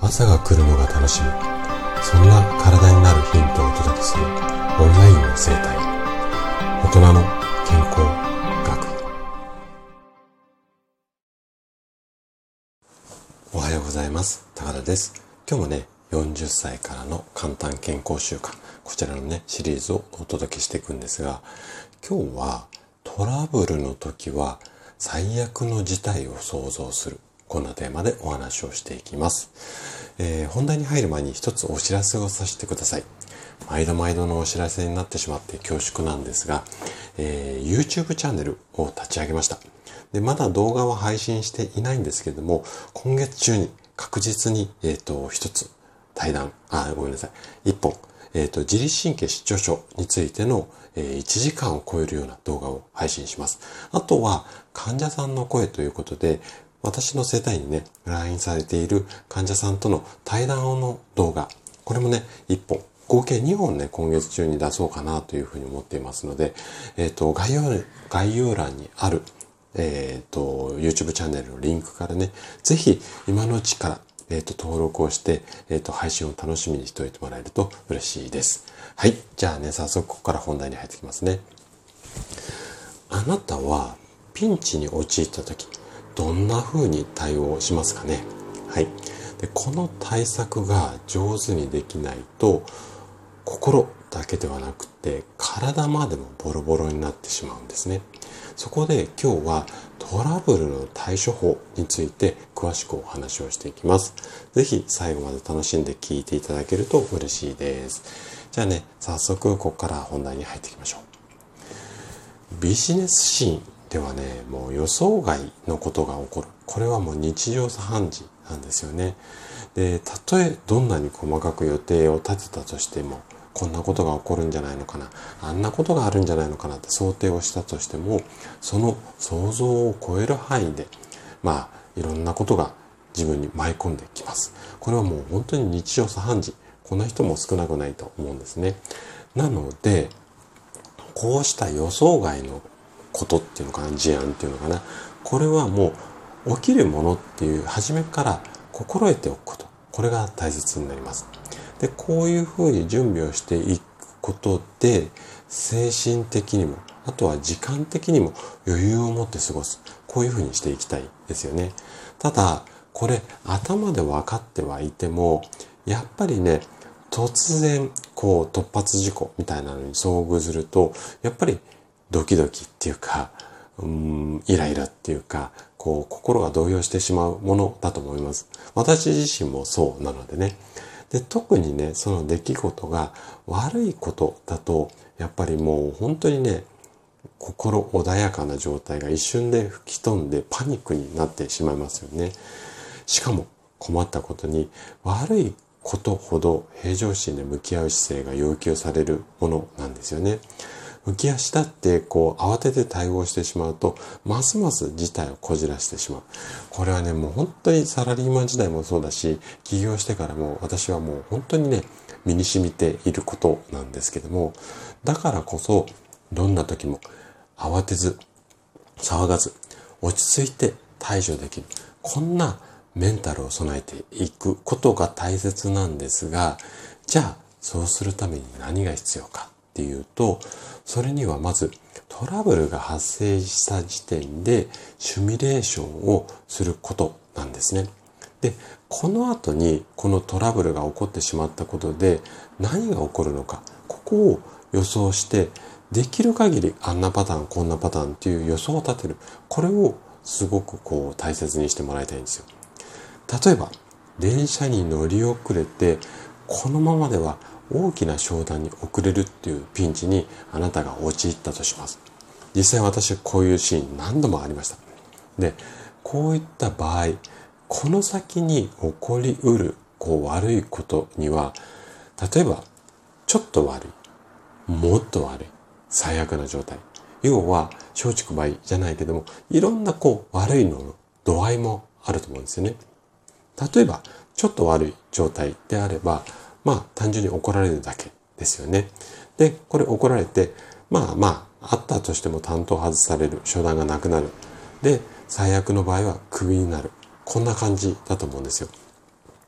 朝が来るのが楽しみ、そんな体になるヒントをお届けするオンラインの生態、大人の健康学。おはようございます。高田です。今日もね、40歳からの簡単健康習慣、こちらのねシリーズをお届けしていくんですが、今日はトラブルの時は最悪の事態を想像する、こんなテーマでお話をしていきます。本題に入る前に一つお知らせをさせてください。毎度のお知らせになってしまって恐縮なんですが、YouTube チャンネルを立ち上げました。で、まだ動画は配信していないんですけれども、今月中に確実に、一つ一本、自律神経失調症についての、1時間を超えるような動画を配信します。あとは患者さんの声ということで、私の世帯にね、来院されている患者さんとの対談の動画、これもね、1本、合計2本ね、今月中に出そうかなというふうに思っていますので、概要欄にある、YouTube チャンネルのリンクからね、ぜひ今のうちから、登録をして、配信を楽しみにしておいてもらえると嬉しいです。はい。じゃあね、早速ここから本題に入ってきますね。あなたはピンチに陥った時、どんな風に対応しますかね。はい。で、この対策が上手にできないと、心だけではなくて体までもボロボロになってしまうんですね。そこで今日はトラブルの対処法について詳しくお話をしていきます。ぜひ最後まで楽しんで聞いていただけると嬉しいです。じゃあね、早速ここから本題に入っていきましょう。ビジネスシーンではね、もう予想外のことが起こる。これはもう日常茶飯事なんですよね。で、たとえどんなに細かく予定を立てたとしても、こんなことが起こるんじゃないのかな、あんなことがあるんじゃないのかなって想定をしたとしても、その想像を超える範囲で、いろんなことが自分に舞い込んできます。これはもう本当に日常茶飯事。こんな人も少なくないと思うんですね。なので、こうした予想外のことっていうのかな、事案っていうのかな、これはもう起きるものっていう初めから心得ておくこと、これが大切になります。で、こういうふうに準備をしていくことで、精神的にも、あとは時間的にも余裕を持って過ごす。こういうふうにしていきたいですよね。ただ、これ頭で分かってはいても、やっぱりね、突然突発事故みたいなのに遭遇すると、やっぱりドキドキっていうか、イライラっていうか、心が動揺してしまうものだと思います。私自身もそうなのでね。で、特にね、その出来事が悪いことだと、やっぱりもう本当にね、心穏やかな状態が一瞬で吹き飛んでパニックになってしまいますよね。しかも困ったことに、悪いことほど平常心で向き合う姿勢が要求されるものなんですよね。浮き足立って慌てて対応してしまうと、ますます事態をこじらしてしまう。これはね、もう本当にサラリーマン時代もそうだし、起業してからも私はもう本当にね、身に染みていることなんですけども、だからこそどんな時も慌てず騒がず落ち着いて対処できる、こんなメンタルを備えていくことが大切なんですが、じゃあそうするために何が必要かっていうと、それにはまずトラブルが発生した時点でシミュレーションをすることなんですね。で、この後にこのトラブルが起こってしまったことで何が起こるのか、ここを予想して、できる限りあんなパターンこんなパターンっていう予想を立てる。これをすごく大切にしてもらいたいんですよ。例えば電車に乗り遅れて、このままでは大きな商談に遅れるっていうピンチにあなたが陥ったとします。実際私こういうシーン何度もありました。で、こういった場合、この先に起こりうる悪いことには、例えばちょっと悪い、もっと悪い、最悪な状態、要は松竹梅じゃないけども、いろんな悪いのの度合いもあると思うんですよね。例えばちょっと悪い状態であれば、単純に怒られるだけですよね。で、これ怒られて、あったとしても担当外される、商談がなくなる。で、最悪の場合はクビになる。こんな感じだと思うんですよ。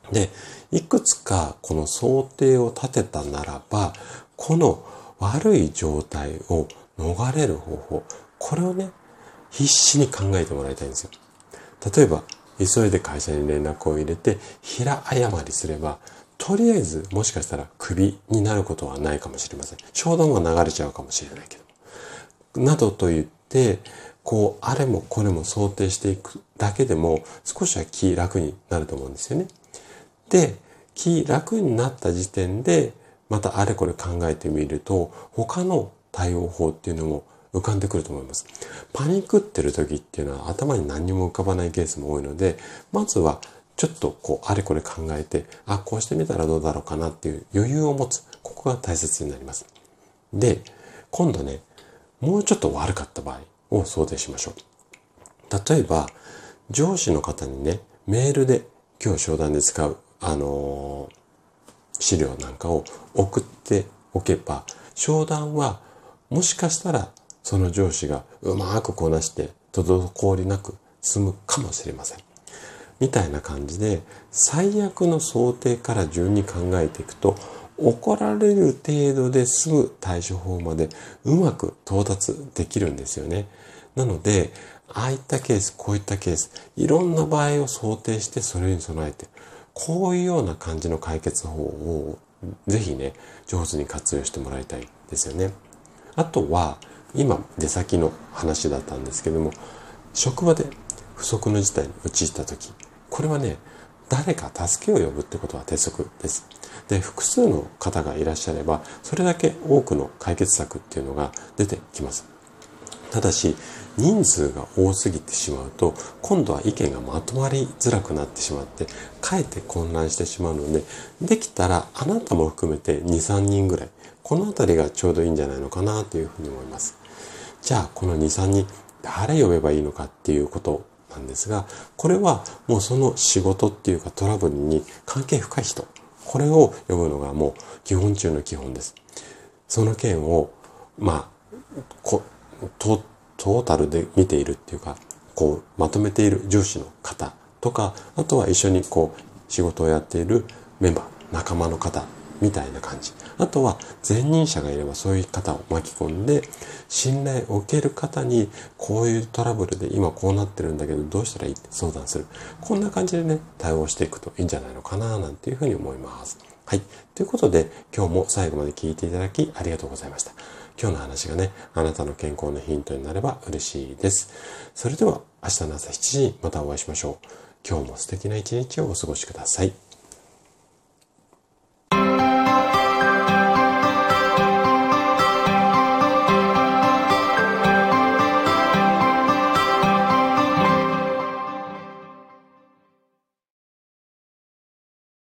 で、いくつかこの想定を立てたならば、この悪い状態を逃れる方法、これをね、必死に考えてもらいたいんですよ。例えば、急いで会社に連絡を入れて、平謝りすれば、とりあえずもしかしたらクビになることはないかもしれません。商談は流れちゃうかもしれないけど。などと言って、こう、あれもこれも想定していくだけでも、少しは気楽になると思うんですよね。で、気楽になった時点で、またあれこれ考えてみると、他の対応法っていうのも浮かんでくると思います。パニックってる時っていうのは頭に何にも浮かばないケースも多いので、まずはちょっとこうあれこれ考えて、あ、こうしてみたらどうだろうかなっていう余裕を持つ。ここが大切になります。で、今度ね、もうちょっと悪かった場合を想定しましょう。例えば、上司の方にね、メールで今日商談で使う、資料なんかを送っておけば、商談はもしかしたらその上司がうまくこなして滞りなく済むかもしれません。みたいな感じで、最悪の想定から順に考えていくと、怒られる程度で済む対処法までうまく到達できるんですよね。なので、ああいったケース、こういったケース、いろんな場合を想定してそれに備えて、こういうような感じの解決法をぜひね、上手に活用してもらいたいですよね。あとは、今出先の話だったんですけども、職場で不測の事態に陥った時、これはね、誰か助けを呼ぶってことは鉄則です。で、複数の方がいらっしゃれば、それだけ多くの解決策っていうのが出てきます。ただし、人数が多すぎてしまうと、今度は意見がまとまりづらくなってしまって、かえって混乱してしまうので、できたらあなたも含めて2、3人ぐらい、このあたりがちょうどいいんじゃないのかなというふうに思います。じゃあ、この2、3人、誰呼べばいいのかっていうことなんですが、これはもうその仕事っていうかトラブルに関係深い人、これを呼ぶのがもう基本中の基本です。その件を、トータルで見ているっていうか、こう、まとめている上司の方とか、あとは一緒にこう、仕事をやっているメンバー、仲間の方、みたいな感じ。あとは、前任者がいればそういう方を巻き込んで、信頼を受ける方に、こういうトラブルで今こうなってるんだけど、どうしたらいいって相談する。こんな感じでね、対応していくといいんじゃないのかな、なんていうふうに思います。はい。ということで、今日も最後まで聞いていただきありがとうございました。今日の話がね、あなたの健康のヒントになれば嬉しいです。それでは明日の朝7時にまたお会いしましょう。今日も素敵な一日をお過ごしください。